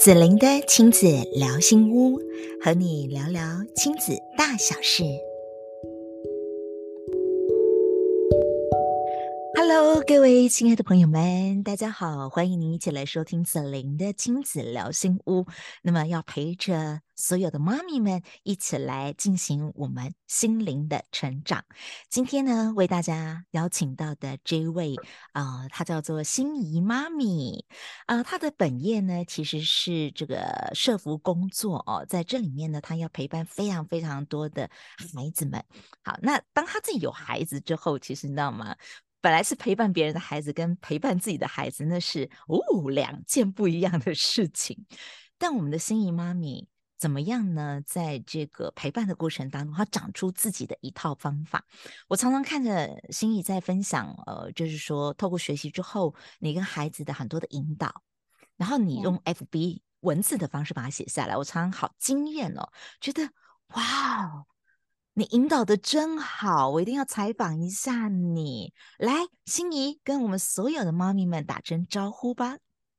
子玲的亲子聊心屋，和你聊聊亲子大小事。Hello， 各位亲爱的朋友们，大家好，欢迎您一起来收听子玲的亲子聊心屋。那么要陪着所有的妈咪们一起来进行我们心灵的成长。今天呢，为大家邀请到的这一位她叫做心怡妈咪。她的本业呢其实是这个社服工作哦，在这里面呢，她要陪伴非常非常多的孩子们。好，那当她自己有孩子之后，其实你知道吗？本来是陪伴别人的孩子跟陪伴自己的孩子，那是两件不一样的事情。但我们的心怡妈咪怎么样呢？在这个陪伴的过程当中，她长出自己的一套方法。我常常看着心怡在分享，就是说透过学习之后，你跟孩子的很多的引导，然后你用 FB 文字的方式把它写下来，我常常好惊艳哦，觉得哇哦，你引导的真好，我一定要采访一下你。来，心怡跟我们所有的妈咪们打声招呼吧。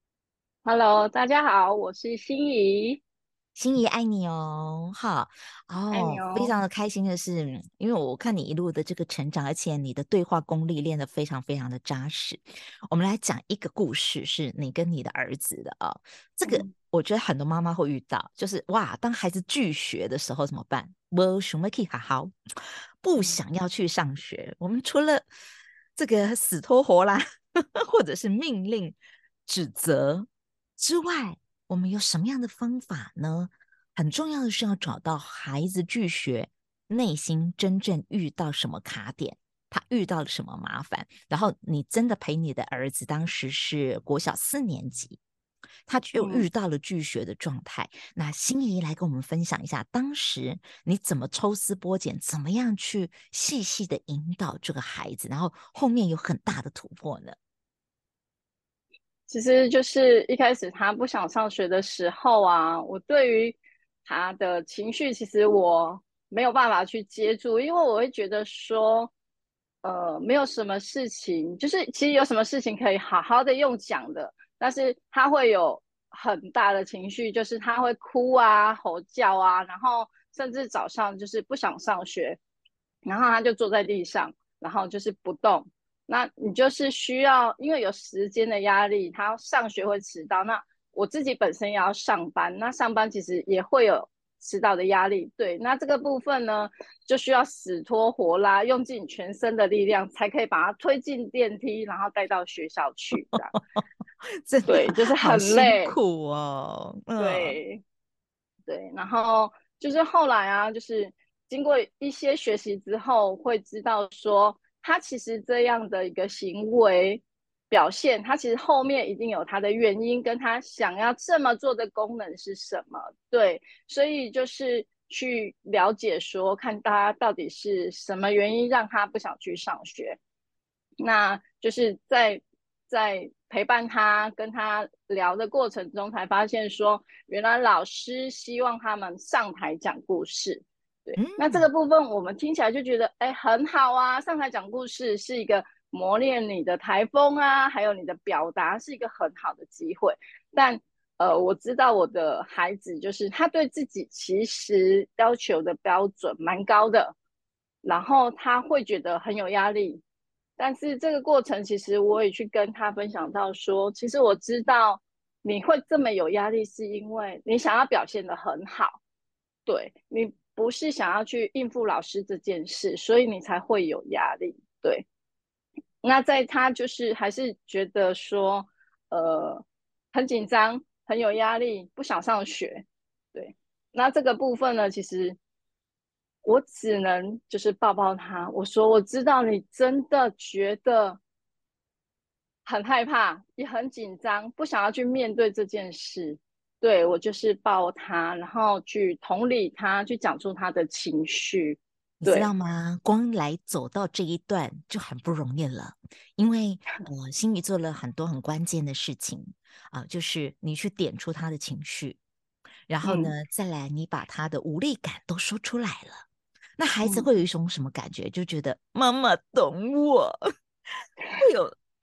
Hello，大家好，我是心怡， 心怡爱你哦，好哦，非爱你哦。 常的开心的是，因为我看你一路的这个成长，而且你的对话功力练得非常非常的扎实。我们来讲一个故事，是你跟你的儿子的哦。这个嗯我觉得很多妈妈会遇到，就是哇，当孩子拒学的时候怎么办？我想要去好好，不嗯， 想要去上学。我们除了这个死拖活拉，或者是命令、指责之外，我们有什么样的方法呢？很重要的是要找到孩子拒学内心真正遇到什么卡点，他遇到了什么麻烦，然后你真的陪你的儿子，当时是国小4年级，他就遇到了拒学的状态。那心怡来跟我们分享一下，当时你怎么抽丝剥茧，怎么样去细细的引导这个孩子，然后后面有很大的突破呢？ 其实就是一开始他不想上学的时候啊，我对于他的情绪，其实我没有办法去接住，因为我会觉得说，没有什么事情，就是其实有什么事情可以好好的用讲的，但是他会有很大的情绪，就是他会哭啊、吼叫啊，然后甚至早上就是不想上学，然后他就坐在地上，然后就是不动。那你就是需要，因为有时间的压力，他上学会迟到。那我自己本身也要上班，那上班其实也会有迟到的压力。对，那这个部分呢，就需要死拖活拉，用尽全身的力量，才可以把他推进电梯，然后带到学校去。这样， 真的对，就是好很累。 辛苦哦。嗯。 对，对，然后就是后来啊，就是经过一些学习之后，会知道说，他其实这样的一个行为表现，他其实后面一定有他的原因，跟他想要这么做的功能是什么。对，所以就是去了解说，看他到底是什么原因让他不想去上学。那就是在陪伴他、跟他聊的过程中，才发现说，原来老师希望他们上台讲故事。对，那这嗯。 个部分我们听起来就觉得，哎，很好啊！上台讲故事是一个磨练你的台风啊，还有你的表达，是一个很好的机会。但我知道我的孩子就是他对自己其实要求的标准蛮高的，然后他会觉得很有压力，但是这个过程，其实我也去跟他分享到说，其实我知道你会这么有压力，是因为你想要表现得很好，对你不是想要去应付老师这件事，所以你才会有压力。对，那在他就是还是觉得说，很紧张，很有压力，不想上学。对，那这个部分呢，其实我只能就是抱抱他，我说我知道你真的觉得很害怕，也很紧张，不想要去面对这件事。对，我就是抱他，然后去同理他，去讲出他的情绪。 你知道对， 吗？光来走到这一段就很不容易了，因为心仪做了很多很关键的事情就是你去点出他的情绪，然后呢， 嗯再来你把他的无力感都说出来了，那孩子嗯会有一种什么感觉？就觉得妈妈懂我，会有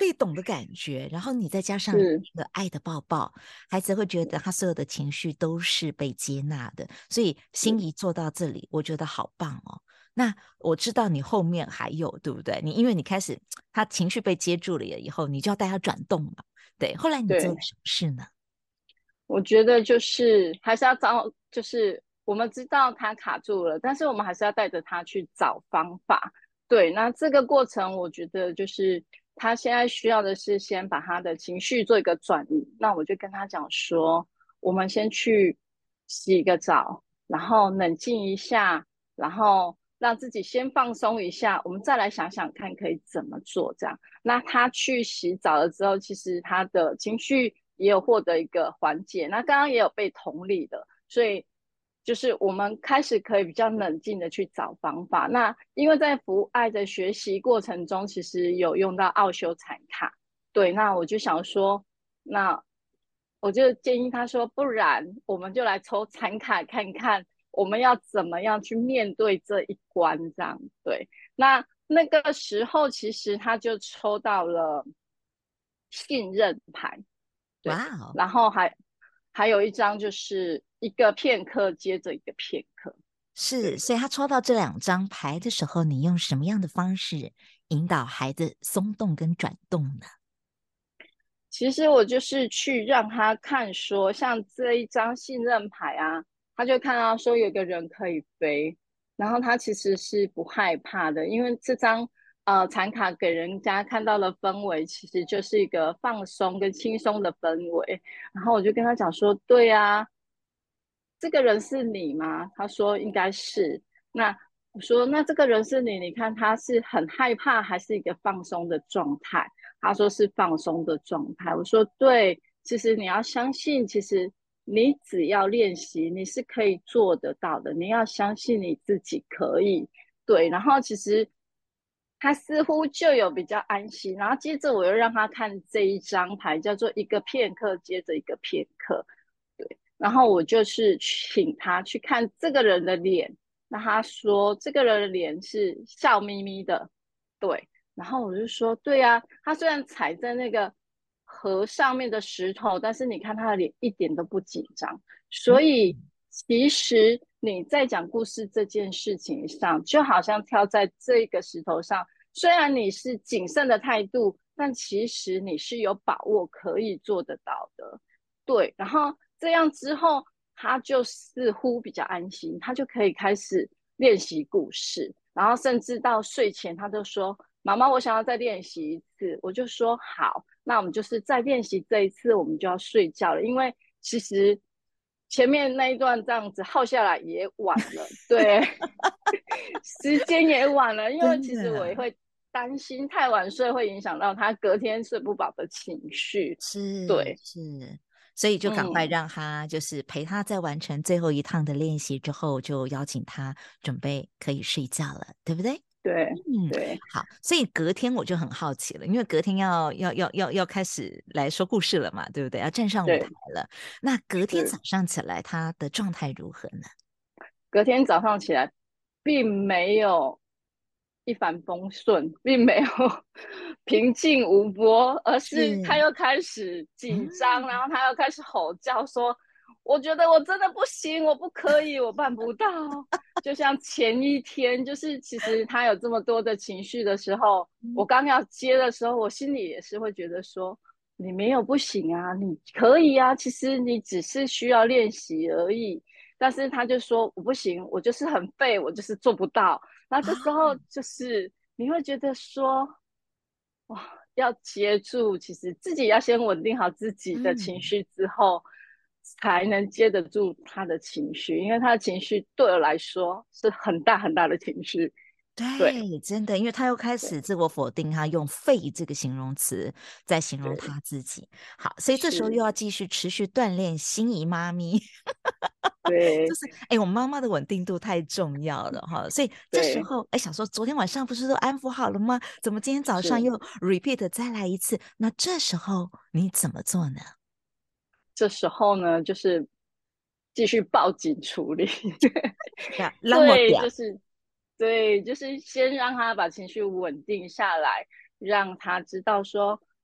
被懂的感觉，然后你再加上是， 一个爱的抱抱，孩子会觉得他所有的情绪都是被接纳的。所以心仪做到这里，我觉得好棒哦。那我知道你后面还有，对不对？因为你开始他情绪被接住了以后，你就要带他转动嘛。对，后来你做了对。 什么事呢？ 我觉得就是还是要找，就是我们知道他卡住了，但是我们还是要带着他去找方法。对，那这个过程我觉得就是他现在需要的是先把他的情绪做一个转移。那我就跟他讲说，我们先去洗个澡，然后冷静一下，然后让自己先放松一下，我们再来想想看可以怎么做这样。那他去洗澡了之后，其实他的情绪也有获得一个缓解。那刚刚也有被同理的，所以就是我们开始可以比较冷静的去找方法。那因为在服爱的学习过程中，其实有用到奥修禅卡，对，那我就想说，那我就建议他说，不然我们就来抽禅卡看看，我们要怎么样去面对这一关，这样对。那个时候，其实他就抽到了信任牌，对， 哇哦， 然后还有一张就是一个片刻接着一个片刻， 是， 对。 所以他抽到这两张牌的时候，你用什么样的方式引导孩子松动跟转动呢？ 其实我就是去让他看说，像这一张信任牌啊，他就看到说有个人可以飞，然后他其实是不害怕的，因为这张残卡给人家看到的氛围，其实就是一个放松跟轻松的氛围。然后我就跟他讲说，对啊，这个人是你吗？他说应该是。那我说那这个人是你，你看他是很害怕还是一个放松的状态？他说是放松的状态。我说对，其实你要相信，其实你只要练习，你是可以做得到的。你要相信你自己可以。对，然后其实他似乎就有比较安心。然后接着我又让他看这一张牌，叫做一个片刻接着一个片刻。对，然后我就是请他去看这个人的脸，那他说这个人的脸是笑眯眯的，对。然后我就说，对啊，他虽然踩在那个河上面的石头，但是你看他的脸一点都不紧张。所嗯， 以其实你在讲故事这件事情上，就好像跳在这个石头上，虽然你是谨慎的态度，但其实你是有把握可以做得到的。对，然后这样之后，他就似乎比较安心，他就可以开始练习故事，然后甚至到睡前，他就说：“妈妈，我想要再练习一次。”我就说：“好，那我们就是再练习这一次，我们就要睡觉了，因为其实前面那一段这样子耗下来也晚了，对，时间也晚了，因为真其实我也的会担心太晚睡会影响到他隔天睡不饱的情绪。”对， 是是，所以就赶快嗯， 让他就是陪他在完成最后一趟的练习之后，就邀请他准备可以睡觉了，对不对？ 对嗯， 对好，所以隔天我就很好奇了，因为隔天要开始来说故事了嘛，对不对？要站上舞台对， 了。那隔天是。 早上起来，他的状态如何呢？ 隔天早上起来，并没有一帆风顺，并没有平静无波，而是他是， 又开始紧张，然嗯， 后他又开始吼叫说：“我觉得我真的不行，我不可以，我办不到。”就像前一天，就是其实他有这么多的情绪的时候，我刚要接的时候，我心里也是会觉得说：“你没有不行啊，你可以啊，其实你只是需要练习而已。”但是他就说我不行，我就是很废，我就是做不到。然后这时啊， 候就是你会觉得说，哇，要接住，其实自己要先稳定好自己的情嗯。 绪之后，才能接得住他的情绪，因为他的情绪对我来说是很大很大的情绪。对对，真的，因为他又开始对自我否定，他用"废"这个形容词在形容对， 他自己。好，所以这时候又是， 要继续持续锻炼心仪妈咪，就对是我们妈妈的稳定度太重要了哈。所以这时对候想说，昨天晚上不是都安抚好了吗？怎么今天早上是。 又 repeat 再来一次？那这时候你怎么做呢？ 这时候呢，就是继续报警处理。 要让我对，就点， 是对，就是先让他把情绪稳定下来，让他知道说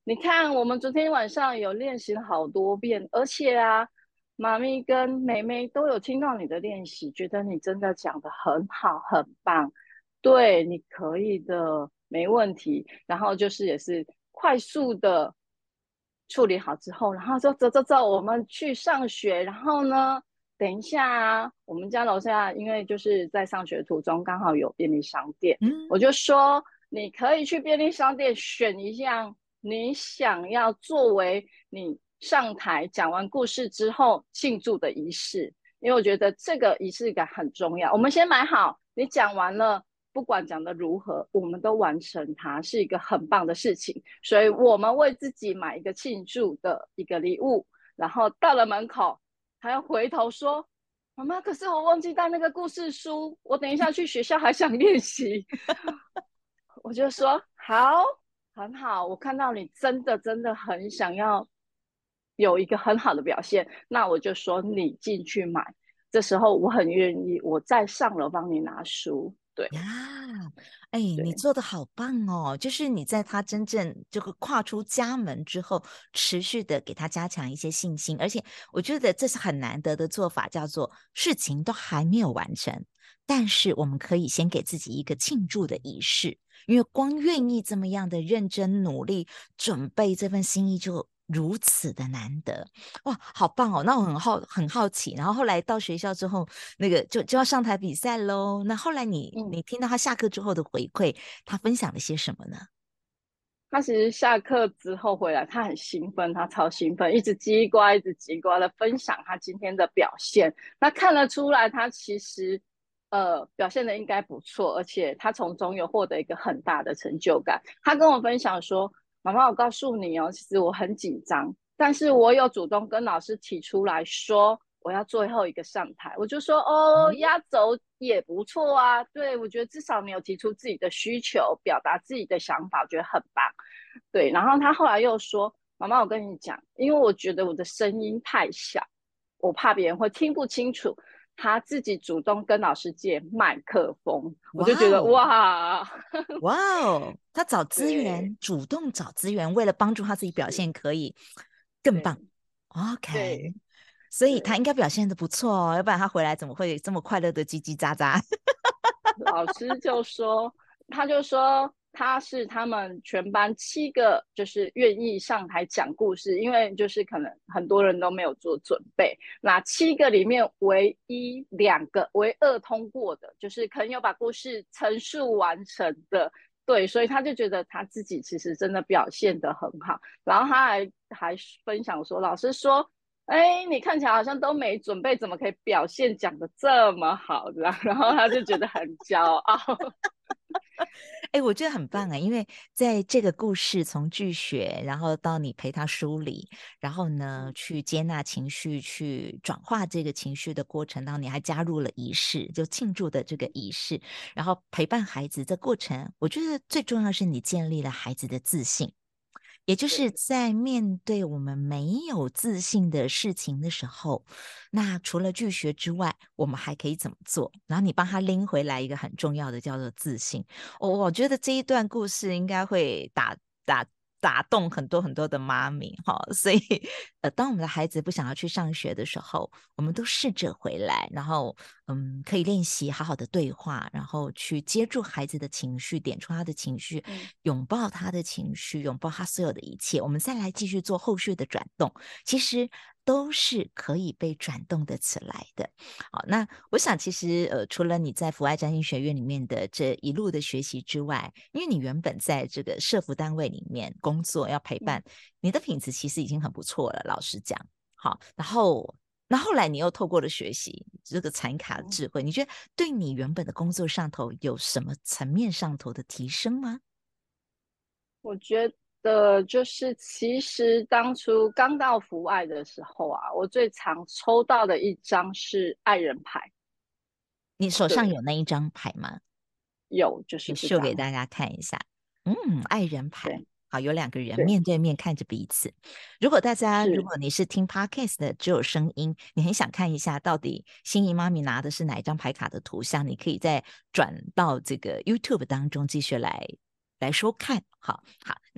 你看我们昨天晚上有练习了好多遍，而且啊，妈咪跟妹妹都有听到你的练习，觉得你真的讲的很好，很棒。对，你可以的，没问题。然后就是也是快速的处理好之后，然后说走走走，我们去上学。然后呢，等一下啊，我们家楼下因为就是在上学途中刚好有便利商店，我嗯， 就说你可以去便利商店选一项你想要作为你上台讲完故事之后庆祝的仪式，因为我觉得这个仪式感很重要。我们先买好，你讲完了，不管讲的如何，我们都完成它，是一个很棒的事情。所以我们为自己买一个庆祝的一个礼物，然后到了门口还要回头说。妈妈，可是我忘记带那个故事书，我等一下去学校还想练习。我就说好，很好，我看到你真的真的很想要有一个很好的表现，那我就说你进去买。这时候我很愿意，我再上楼帮你拿书。对呀，哎，你对做的好棒哦！就是你在他真正这个跨出家门之后，持续的给他加强一些信心，而且我觉得这是很难得的做法，叫做事情都还没有完成，但是我们可以先给自己一个庆祝的仪式，因为光愿意这么样的认真努力准备这份心意就如此的难得。哇，好棒哦！那我很好奇，然后后来到学校之后，那个就要上台比赛喽。那后来你嗯， 你听到他下课之后的回馈，他分享了些什么呢？ 他其实下课之后回来，他很兴奋，他超兴奋，一直叽呱一直叽呱的分享他今天的表现。那看得出来，他其实表现的应该不错，而且他从中有获得一个很大的成就感。他跟我分享说：“妈妈，我告诉你哦，其实我很紧张，但是我有主动跟老师提出来说。”我要最后一个上台，我就说哦，压轴也不错啊。对，我觉得至少你有提出自己的需求，表达自己的想法，我觉得很棒。对，然后他后来又说：“妈妈，我跟你讲，因为我觉得我的声音太小，我怕别人会听不清楚。”他自己主动跟老师借麦克风，我就觉得哇哦， 哇， 哇哦，他找资对， 源，主动找资源，为了帮助他自己表是， 现可以更棒。 对， OK， 对， 所以他对。 应该表现的不错哦，要不然他回来怎么会这么快乐的叽叽喳喳？ 老师就说，他就说他是他们全班7个，就是愿意上台讲故事，因为就是可能很多人都没有做准备，那7个里面唯一2个唯二通过的，就是可能有把故事陈述完成的。对，所以他就觉得他自己其实真的表现得很好，然后他还分享说，老师说哎，你看起来好像都没准备，怎么可以表现讲的这么好？然后他就觉得很骄傲。 哎，我觉得很棒啊，因为在这个故事从剧学，然后到你陪他梳理，然后呢去接纳情绪，去转化这个情绪的过程当中，你还加入了仪式，就庆祝的这个仪式，然后陪伴孩子这过程，我觉得最重要是你建立了孩子的自信。也就是对， 在面对我们没有自信的事情的时候，那除了拒学之外，我们还可以怎么做？然后你帮他拎回来一个很重要的叫做自信。我觉得这一段故事应该会打打动很多很多的妈咪哈，所以当我们的孩子不想要去上学的时候，我们都试着回来，然后可以练习好好的对话，然后去接住孩子的情绪，点出他的情绪， 嗯， 拥抱他的情绪，拥抱他所有的一切，我们再来继续做后续的转动，其实都是可以被转动的起来的。好，那我想其实除了你在福爱占星学院里面的这一路的学习之外，因为你原本在这个社服单位里面工作要陪伴， 嗯， 你的品质其实已经很不错了，老实讲。好，然后那后来你又透过了学习这个残卡的嗯， 智慧，你觉得对你原本的工作上头有什么层面上头的提升吗？ 我觉得就是其实当初刚到福爱的时候啊，我最常抽到的一张是爱人牌。 你手上有对， 那一张牌吗？ 有就可以是这张。 秀给大家看一下。爱人牌。 对， 好，有两个人对， 面对面看着彼此。如是， 果你是听 podcast 的，只有声音，你很想看一下到底心仪妈咪拿的是哪一张牌卡的图像，你可以再转到这个 YouTube 当中继续来收看。好，好，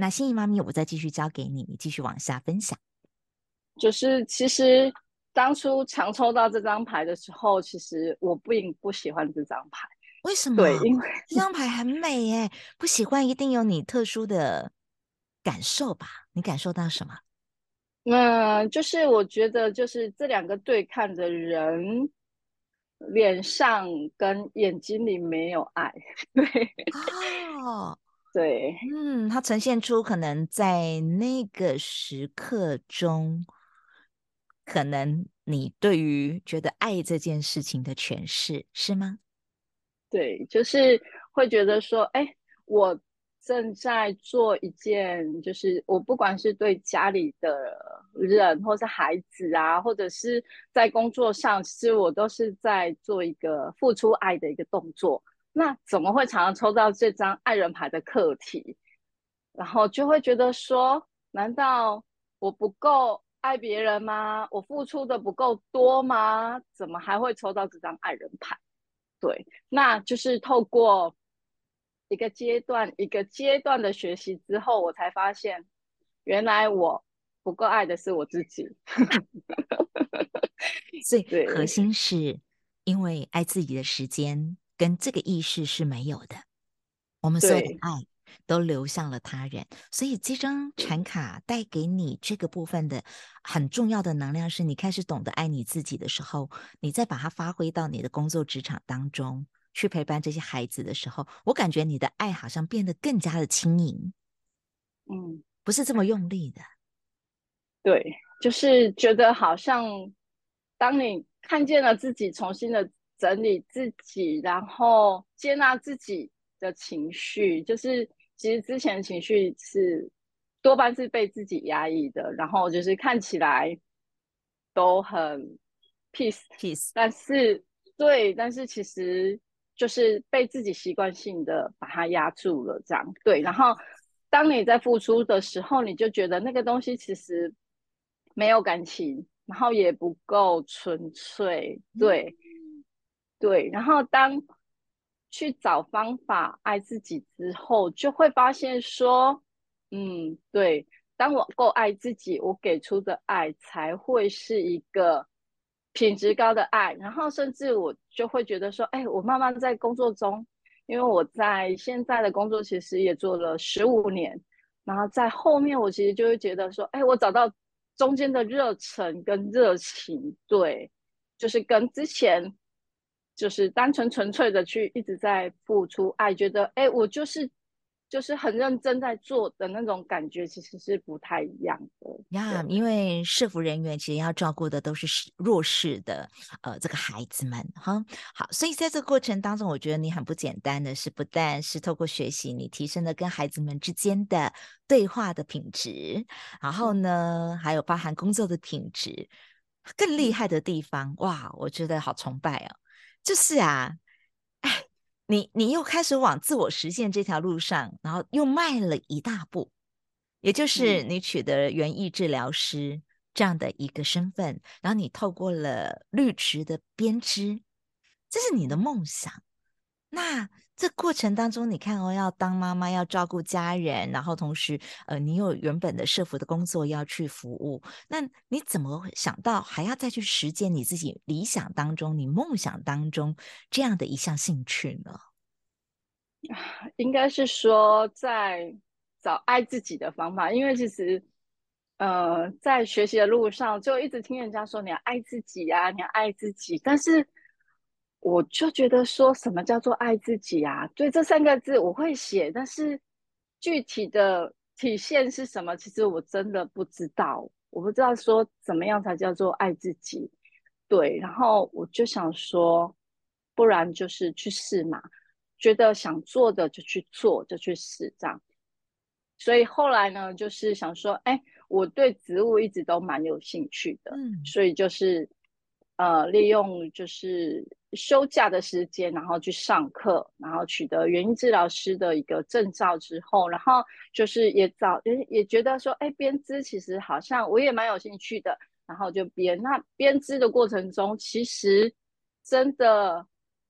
那心仪妈咪，我再继续交给你，你继续往下分享。 就是其实当初常抽到这张牌的时候，其实我并不喜欢这张牌。 为什对， 么？ 因为这张牌很美耶，不喜欢一定有你特殊的感受吧？你感受到什么？ 就是我觉得就是这两个对看的人脸上跟眼睛里没有爱。对哦， 对它呈现出可能在那个时刻中，可能你对于觉得爱这件事情的诠释是吗？ 对，就是会觉得说，哎，我正在做一件，就是我不管是对家里的人，或是孩子啊，或者是在工作上，其实我都是在做一个付出爱的一个动作。那怎么会常常抽到这张爱人牌的课题？然后就会觉得说，难道我不够爱别人吗？我付出的不够多吗？怎么还会抽到这张爱人牌？对，那就是透过一个阶段一个阶段的学习之后，我才发现，原来我不够爱的是我自己。 所以核对心是因为爱自己的时间跟这个意识是没有的，我们所有的对爱都流向了他人，所以这张禅卡带给你这个部分的很重要的能量是，你开始懂得爱你自己的时候，你再把它发挥到你的工作职场当中，去陪伴这些孩子的时候，我感觉你的爱好像变得更加的轻盈， 嗯， 不是这么用力的。 对，就是觉得好像当你看见了自己，重新的整理自己，然后接纳自己的情绪，就是其实之前情绪是多半是被自己压抑的，然后就是看起来都很 peace， peace， 但是对，但是其实就是被自己习惯性的把它压住了，这样对。然后当你在付出的时候，你就觉得那个东西其实没有感情，然后也不够纯粹，对嗯， 对。然后当去找方法爱自己之后，就会发现说，对，当我够爱自己，我给出的爱才会是一个品质高的爱。然后甚至我就会觉得说，哎，我慢慢在工作中，因为我在现在的工作其实也做了15年，然后在后面我其实就会觉得说，哎，我找到中间的热忱跟热情，对，就是跟之前就是单纯纯粹的去一直在付出爱，觉得哎，我就是很认真在做的那种感觉，其实是不太一样的。 呀， 对， 因为社服人员其实要照顾的都是弱势的，这个孩子们哈。好，所以在这个过程当中，我觉得你很不简单的是，不但是透过学习，你提升了跟孩子们之间的对话的品质，然后嗯呢，还有包含工作的品质。更厉嗯害的地方，哇，我觉得好崇拜哦！就是啊，哎，你又开始往自我实现这条路上，然后又迈了一大步。也就是嗯你取得园艺治疗师这样的一个身份，然后你透过了绿植的编织，这是你的嗯。 梦想。那这过程当中，你看哦，要当妈妈，要照顾家人，然后同时，你有原本的社服的工作要去服务，那你怎么会想到还要再去实践你自己理想当中、你梦想当中这样的一项兴趣呢？ 应该是说在找爱自己的方法，因为其实，在学习的路上就一直听人家说你要爱自己啊，你要爱自己，但是我就觉得说什么叫做爱自己啊？对，这3个字我会写，但是具体的体现是什么，其实我真的不知道，我不知道说怎么样才叫做爱自己。对，然后我就想说，不然就是去试嘛。觉得想做的就去做，就去试这样。所以后来呢，就是想说，哎，我对植物一直都蛮有兴趣的， 嗯所以就是利用就是休假的时间，然后去上课，然后取得园艺治疗师的一个证照之后，然后就是也觉得说，哎，编织其实好像我也蛮有兴趣的，然后就编。那编织的过程中，其实真的。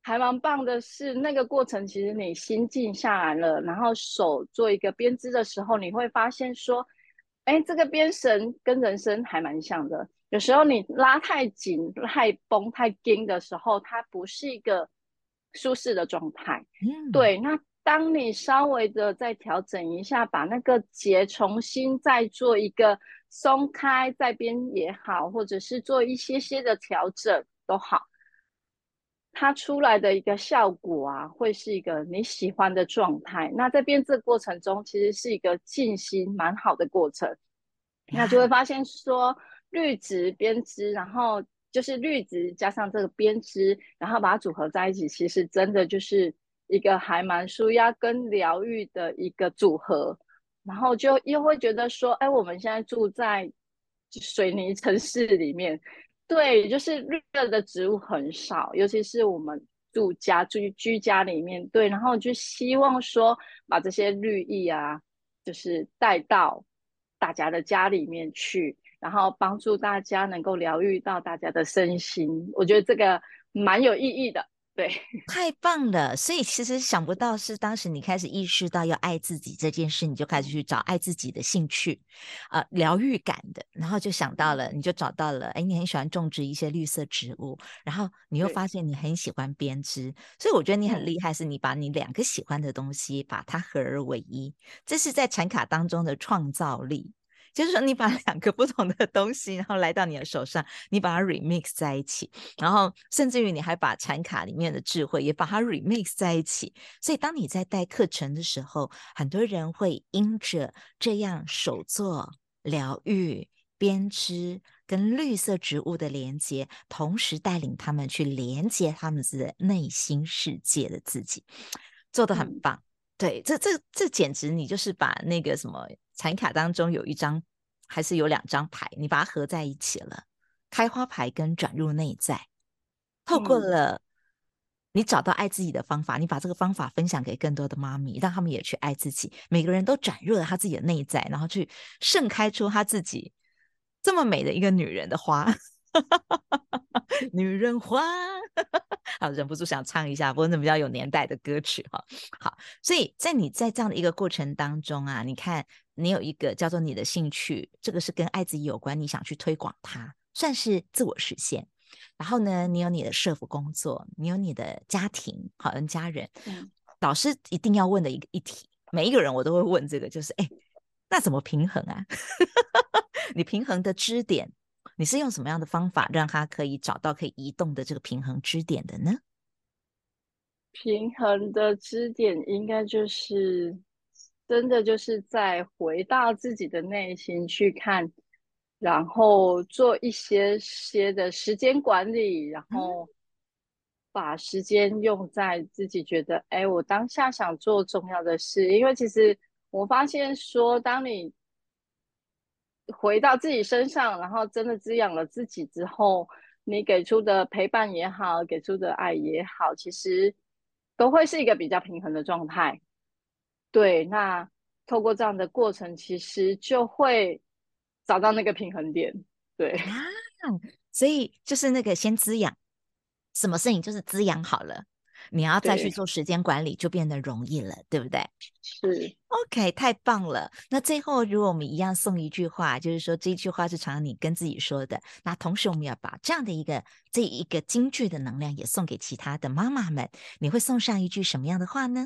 还蛮棒的是，那个过程其实你心静下来了，然后手做一个编织的时候，你会发现说，哎，这个编绳跟人生还蛮像的。有时候你拉太紧、太绷、太紧的时候，它不是一个舒适的状态。 嗯， 对，那当你稍微的再调整一下，把那个结重新再做一个松开，再编也好，或者是做一些些的调整都好。它出来的一个效果啊，会是一个你喜欢的状态。那在编织的过程中，其实是一个静心蛮好的过程。那就会呀， 发现说，绿植编织，然后就是绿植加上这个编织，然后把它组合在一起，其实真的就是一个还蛮舒压跟疗愈的一个组合。然后就又会觉得说，哎，我们现在住在水泥城市里面，对，就是绿色的植物很少，尤其是我们居家里面，对，然后就希望说把这些绿意啊，就是带到大家的家里面去，然后帮助大家能够疗愈到大家的身心，我觉得这个蛮有意义的，对。 太棒了！所以其实想不到是当时你开始意识到要爱自己这件事，你就开始去找爱自己的兴趣，疗愈感的，然后就想到了，你就找到了，哎，你很喜欢种植一些绿色植物，然后你又对， 发现你很喜欢编织，所以我觉得你很嗯厉害，是你把你两个喜欢的东西把它合而为一，这是在产卡当中的创造力。就是说，你把两个不同的东西，然后来到你的手上，你把它 remix 在一起，然后甚至于你还把产卡里面的智慧也把它 remix 在一起。所以当你在带课程的时候，很多人会因着这样手作、疗愈、编织跟绿色植物的连接，同时带领他们去连接他们的内心世界的自己，做得很嗯棒。对，这简直你就是把那个什么产卡当中有一张还是有两张牌，你把它合在一起了。开花牌跟转入内在，透过嗯了你找到爱自己的方法，你把这个方法分享给更多的妈咪，让他们也去爱自己。每个人都转入了他自己的内在，然后去盛开出他自己这么美的一个女人的花。女人花，好，忍不住想唱一下，不过那比较有年代的歌曲哈。好，所以在你在这样的一个过程当中啊，你看你有一个叫做你的兴趣，这个是跟爱自己有关，你想去推广它，算是自我实现。然后呢，你有你的社服工作，你有你的家庭，好跟家人。 嗯。 导师一定要问的一题，每一个人我都会问这个，就是哎，那怎么平衡啊？你平衡的支点，你是用什么样的方法让它可以找到可以移动的这个平衡支点的呢？ 平衡的支点应该就是真的就是在回到自己的内心去看，然后做一些些的时间管理，然嗯后把时间用在自己觉得，哎，我当下想做重要的事。因为其实我发现说，当你回到自己身上，然后真的滋养了自己之后，你给出的陪伴也好，给出的爱也好，其实都会是一个比较平衡的状态。对，那透过这样的过程，其实就会找到那个平衡点。对， 啊，所以就是那个先滋养，什么事情就是滋养好了，你要再去对， 做时间管理就变得容易了，对不对是。 ？OK，太棒了。那最后，如果我们一样送一句话，就是说这一句话是常常你跟自己说的，那同时我们要把这样的这一个金句的能量也送给其他的妈妈们，你会送上一句什么样的话呢？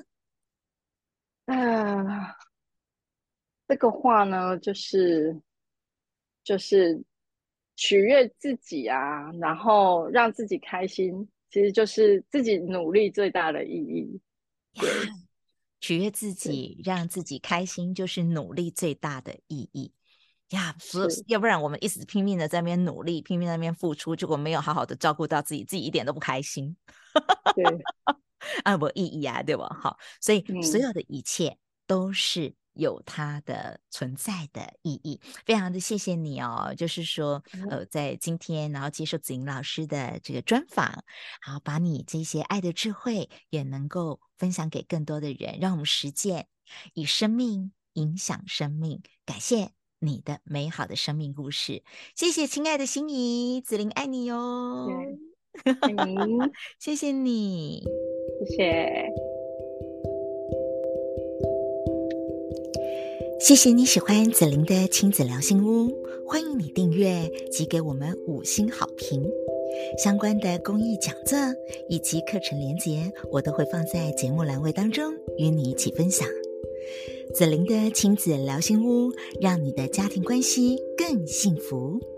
啊，这个话呢，就是取悦自己啊，然后让自己开心，其实就是自己努力最大的意义。对取悦自对， 己，让自己开心，就是努力最大的意义呀。所是， 要不然我们一直拼命的在那边努力，拼命在那边付出，结果没有好好的照顾到自己，自己一点都不开心。 对， 啊，没意义啊，对吧？好，所以所嗯有的一切都是有它的存在的意义。非常的谢谢你哦，就是说，在今天，然后接受子莹老师的这个专访，然后把你这些爱的智慧也能够分享给更多的人，让我们实践以生命影响生命。感谢你的美好的生命故事，谢谢亲爱的心仪，子琳爱你哟。 对。 谢谢你， 谢谢。 谢谢你喜欢子玲的亲子聊心屋，欢迎你订阅及给我们5星好评。相关的公益讲座以及课程连结，我都会放在节目栏位当中与你一起分享。子玲的亲子聊心屋，让你的家庭关系更幸福。